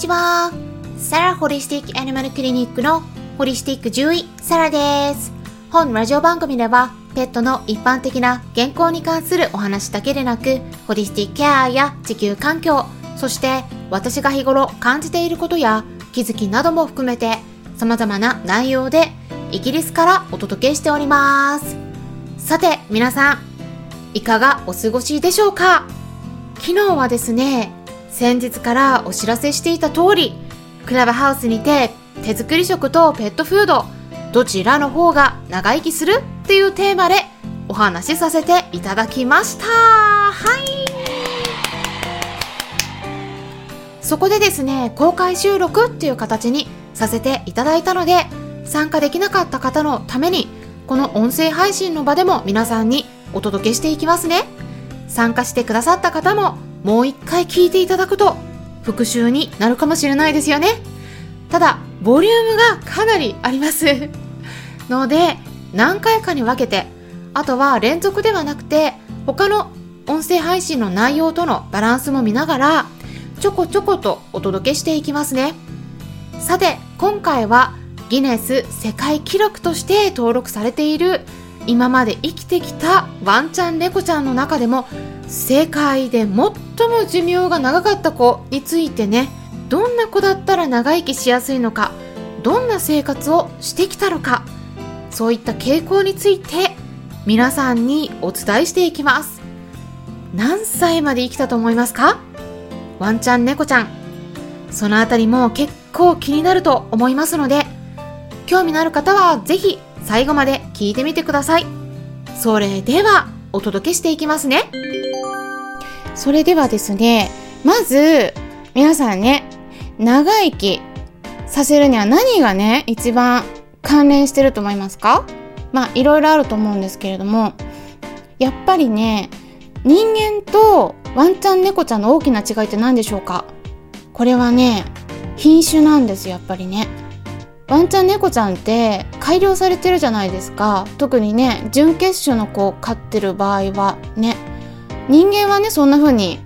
ちは。サラホリスティックアニマルクリニックのホリスティック獣医サラです。本ラジオ番組ではペットの一般的な健康に関するお話だけでなく、ホリスティックケアや地球環境、そして私が日頃感じていることや気づきなども含めて様々な内容でイギリスからお届けしております。さて皆さん、いかがお過ごしでしょうか？昨日はですね、先日からお知らせしていた通り、クラブハウスにて手作り食とペットフード、どちらの方が長生きするっていうテーマでお話しさせていただきました。はい。そこでですね、公開収録っていう形にさせていただいたので、参加できなかった方のためにこの音声配信の場でも皆さんにお届けしていきますね。参加してくださった方ももう一回聞いていただくと復習になるかもしれないですよね。ただボリュームがかなりありますので、何回かに分けて、あとは連続ではなくて他の音声配信の内容とのバランスも見ながらちょこちょことお届けしていきますね。さて今回はギネス世界記録として登録されている今まで生きてきたワンちゃん猫ちゃんの中でも世界で最も寿命が長かった子についてね、どんな子だったら長生きしやすいのか、どんな生活をしてきたのか、そういった傾向について皆さんにお伝えしていきます。何歳まで生きたと思いますか？ワンちゃん猫ちゃん。そのあたりも結構気になると思いますので、興味のある方はぜひ最後まで聞いてみてください。それではお届けしていきますね。それではですね、まず皆さんね、長生きさせるには何がね一番関連してると思いますか？いろいろあると思うんですけれども、やっぱりね、人間とワンちゃん猫ちゃんの大きな違いって何でしょうか？これはね、品種なんですよ。やっぱりね、ワンちゃん猫ちゃんって改良されてるじゃないですか。特にね、純血種の子を飼ってる場合はね、人間はねそんな風に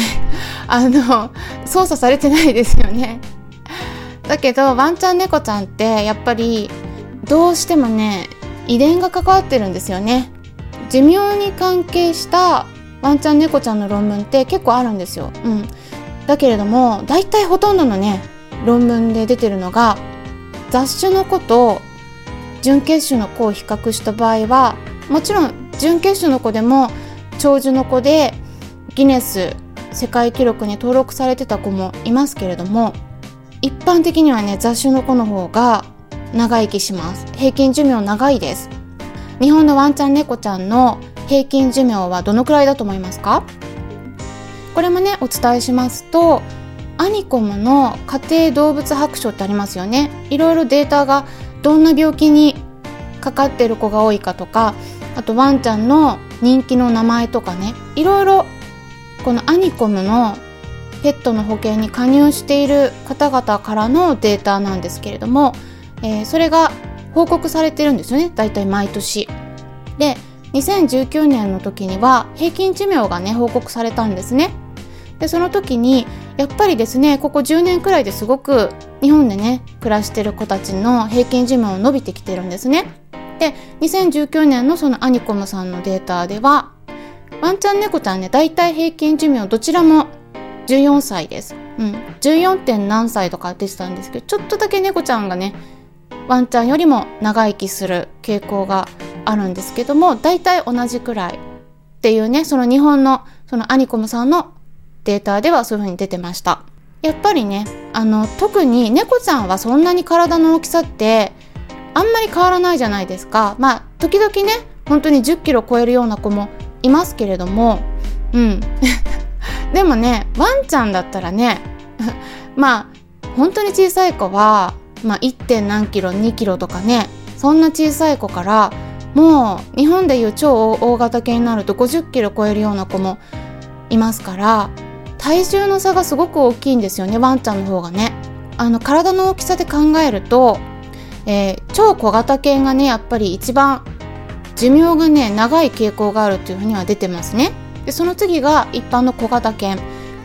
操作されてないですよね。だけどワンちゃん猫ちゃんってやっぱりどうしてもね、遺伝が関わってるんですよね。寿命に関係したワンちゃん猫ちゃんの論文って結構あるんですよ。だけれどもだいたいほとんどのね論文で出てるのが、雑種の子と純血種の子を比較した場合は、もちろん純血種の子でも長寿の子でギネス世界記録に登録されてた子もいますけれども、一般的にはね、雑種の子の方が長生きします。平均寿命長いです。日本のワンちゃん猫ちゃんの平均寿命はどのくらいだと思いますか？これもねお伝えしますと、アニコムの家庭動物白書ってありますよね。いろいろデータがどんな病気にかかってる子が多いかとか、あとワンちゃんの人気の名前とかね、いろいろこのアニコムのペットの保険に加入している方々からのデータなんですけれども、それが報告されてるんですよね。だいたい毎年で、2019年の時には平均寿命がね報告されたんですね。でその時にやっぱりですね、ここ10年くらいですごく日本でね暮らしてる子たちの平均寿命伸びてきてるんですね。で2019年のそのアニコムさんのデータでは、ワンちゃん猫ちゃんね、だいたい平均寿命どちらも14歳です。14. 点何歳とか出てたんですけど、ちょっとだけ猫ちゃんがねワンちゃんよりも長生きする傾向があるんですけども、だいたい同じくらいっていうね、その日本のそのアニコムさんのデータではそういう風に出てました。やっぱりね、特に猫ちゃんはそんなに体の大きさってあんまり変わらないじゃないですか。時々ね本当に10キロ超えるような子もいますけれども、でもね、ワンちゃんだったらね本当に小さい子は1. 点何キロ2キロとかね、そんな小さい子からもう日本でいう超大型犬になると50キロ超えるような子もいますから、体重の差がすごく大きいんですよね、ワンちゃんの方がね。体の大きさで考えると、超小型犬がねやっぱり一番寿命がね長い傾向があるというふうには出てますね。でその次が一般の小型犬、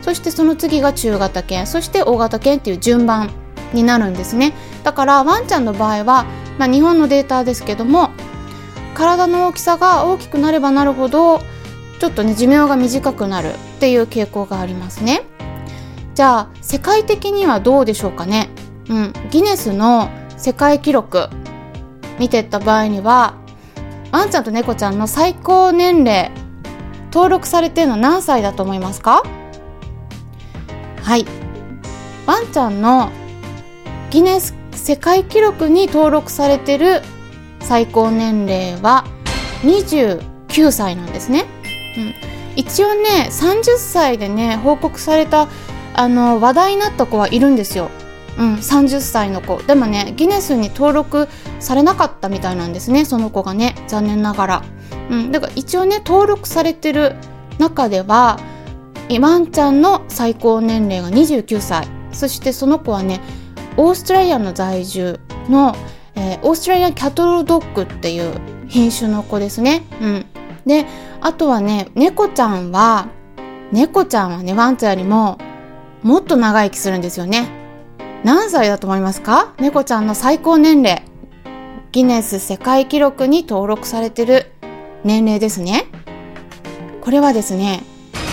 そしてその次が中型犬、そして大型犬っていう順番になるんですね。だからワンちゃんの場合は、日本のデータですけども、体の大きさが大きくなればなるほどちょっとね寿命が短くなるっていう傾向がありますね。じゃあ世界的にはどうでしょうかね。ギネスの世界記録見てった場合には、ワンちゃんと猫ちゃんの最高年齢登録されてるの何歳だと思いますか？はい、ワンちゃんのギネス世界記録に登録されてる最高年齢は29歳なんですね。一応ね30歳でね報告された話題になった子はいるんですよ。30歳の子でもねギネスに登録されなかったみたいなんですね、その子がね、残念ながら。だから一応ね登録されてる中ではワンちゃんの最高年齢が29歳、そしてその子はねオーストラリアの在住の、オーストラリアキャトルドッグっていう品種の子ですね。であとはね猫ちゃんはねワンちゃんよりももっと長生きするんですよね。何歳だと思いますか？猫ちゃんの最高年齢、ギネス世界記録に登録されてる年齢ですね。これはですね、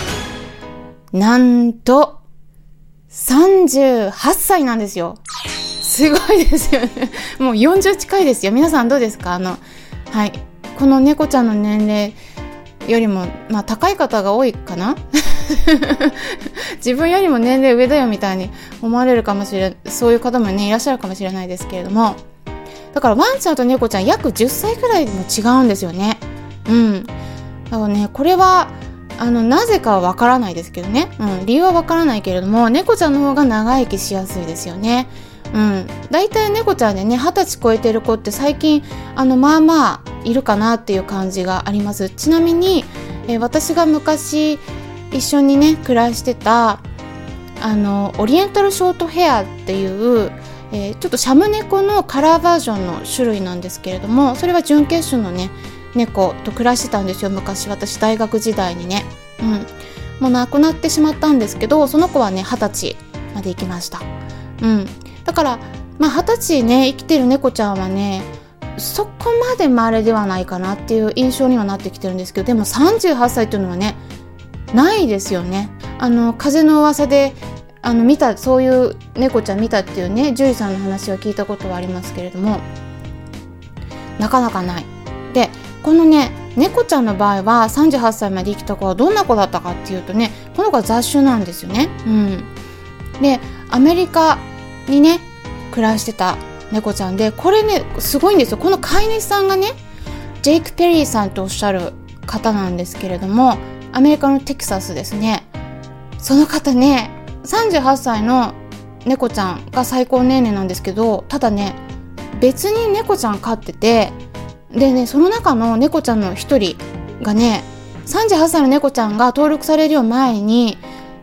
なんと38歳なんですよ。すごいですよね。もう40近いですよ。皆さんどうですか？はい、この猫ちゃんの年齢よりも、高い方が多いかな自分よりも年齢上だよみたいに思われるかもしれない、そういう方もねいらっしゃるかもしれないですけれども、だからワンちゃんと猫ちゃん約10歳くらいも違うんですよね。だからねこれはなぜかはわからないですけどね、理由はわからないけれども、猫ちゃんの方が長生きしやすいですよね。だいたい猫ちゃんでね20歳超えてる子って最近まあまあいるかなっていう感じがあります。ちなみに、私が昔一緒にね暮らしてたオリエンタルショートヘアっていう、ちょっとシャム猫のカラーバージョンの種類なんですけれども、それは準決種のね猫と暮らしてたんですよ、昔。私大学時代にね、もう亡くなってしまったんですけど、その子はね20歳まで生きました。だから20歳ね生きてる猫ちゃんはねそこまで稀ではないかなっていう印象にはなってきてるんですけど、でも38歳っていうのはねないですよね。風の噂で見た、そういう猫ちゃん見たっていうね獣医さんの話は聞いたことはありますけれども、なかなかない。でこのね猫ちゃんの場合は38歳まで生きた子はどんな子だったかっていうとね、この子は雑種なんですよね。でアメリカにね暮らしてた猫ちゃんで、これねすごいんですよ。この飼い主さんがねジェイク・ペリーさんとおっしゃる方なんですけれども、アメリカのテキサスですね。その方ね38歳の猫ちゃんが最高年齢なんですけど、ただね別に猫ちゃん飼ってて、でねその中の猫ちゃんの一人がね38歳の猫ちゃんが登録されるよ前に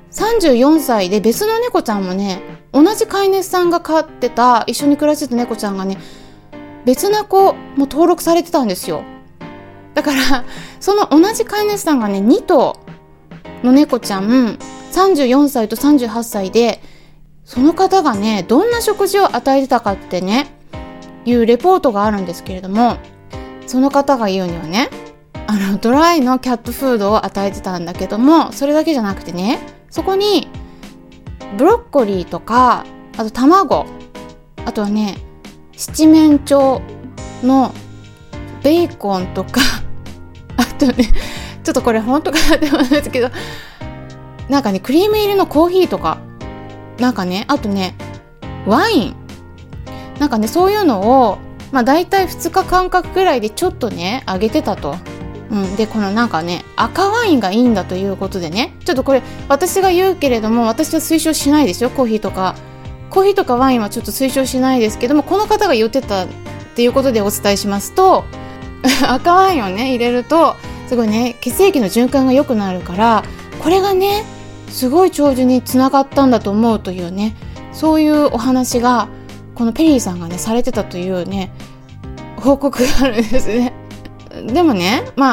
34歳で別の猫ちゃんもね、同じ飼い主さんが飼ってた一緒に暮らしてた猫ちゃんがね別な子も登録されてたんですよ。だからその同じ飼い主さんがね2頭の猫ちゃん34歳と38歳で、その方がねどんな食事を与えてたかってねいうレポートがあるんですけれども、その方が言うにはねドライのキャットフードを与えてたんだけども、それだけじゃなくてね、そこにブロッコリーとか、あと卵、あとはね七面鳥のベーコンとかあとねちょっとこれ本当かなって思うんですけど、なんかねクリーム入りのコーヒーとか、なんかねあとねワイン、なんかねそういうのをだいたい2日間隔くらいでちょっとねあげてたと。でこのなんかね赤ワインがいいんだということでね、ちょっとこれ私が言うけれども私は推奨しないですよ。コーヒーとかワインはちょっと推奨しないですけども、この方が言ってたっていうことでお伝えしますと赤ワインをね入れるとすごいね血液の循環が良くなるから、これがねすごい長寿につながったんだと思うというね、そういうお話がこのペリーさんがねされてたというね報告があるんですね。でもね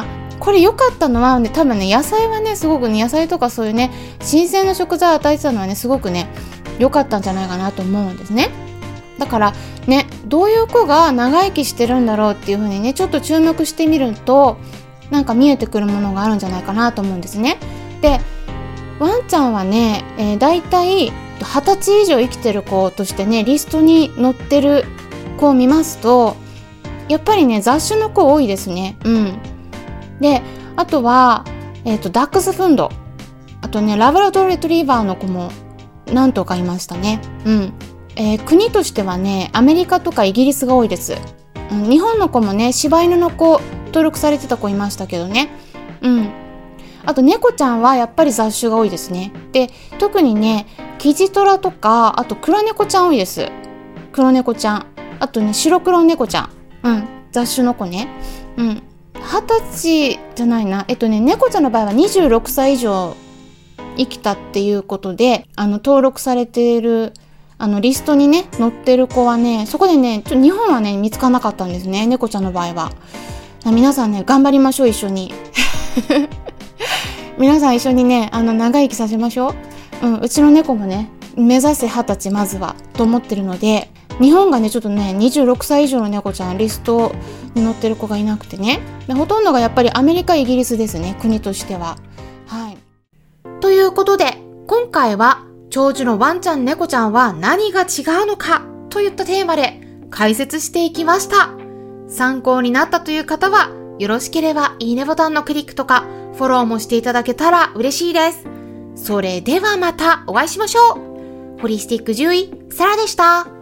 これ良かったのはね、多分ね、野菜はね、すごくね、野菜とかそういうね、新鮮な食材を与えてたのはね、すごくね、良かったんじゃないかなと思うんですね。だからね、どういう子が長生きしてるんだろうっていう風にね、ちょっと注目してみると、なんか見えてくるものがあるんじゃないかなと思うんですね。で、ワンちゃんはね、だいたい20歳以上生きてる子としてね、リストに載ってる子を見ますと、やっぱりね、雑種の子多いですね。で、あとは、ダックスフンド、あとね、ラブラドールレトリーバーの子も何頭かいましたね。国としてはね、アメリカとかイギリスが多いです。日本の子もね、柴犬の子登録されてた子いましたけどね。あと猫ちゃんはやっぱり雑種が多いですね。で、特にね、キジトラとか、あと黒猫ちゃん多いです。黒猫ちゃん、あとね、白黒猫ちゃん、雑種の子ね。20歳じゃないな、猫ちゃんの場合は26歳以上生きたっていうことで、登録されているリストにね、載ってる子はね、そこでね、日本はね、見つからなかったんですね、猫ちゃんの場合は。皆さんね、頑張りましょう、一緒に。皆さん一緒にね、長生きさせましょう。うちの猫もね、目指せ20歳まずは、と思ってるので、日本がね、ちょっとね、26歳以上の猫ちゃん、リストに載ってる子がいなくてね。で、ほとんどがやっぱりアメリカ、イギリスですね、国としては。はい。ということで、今回は、長寿のワンちゃん、猫ちゃんは何が違うのかといったテーマで解説していきました。参考になったという方は、よろしければいいねボタンのクリックとか、フォローもしていただけたら嬉しいです。それではまたお会いしましょう。ホリスティック獣医、サラでした。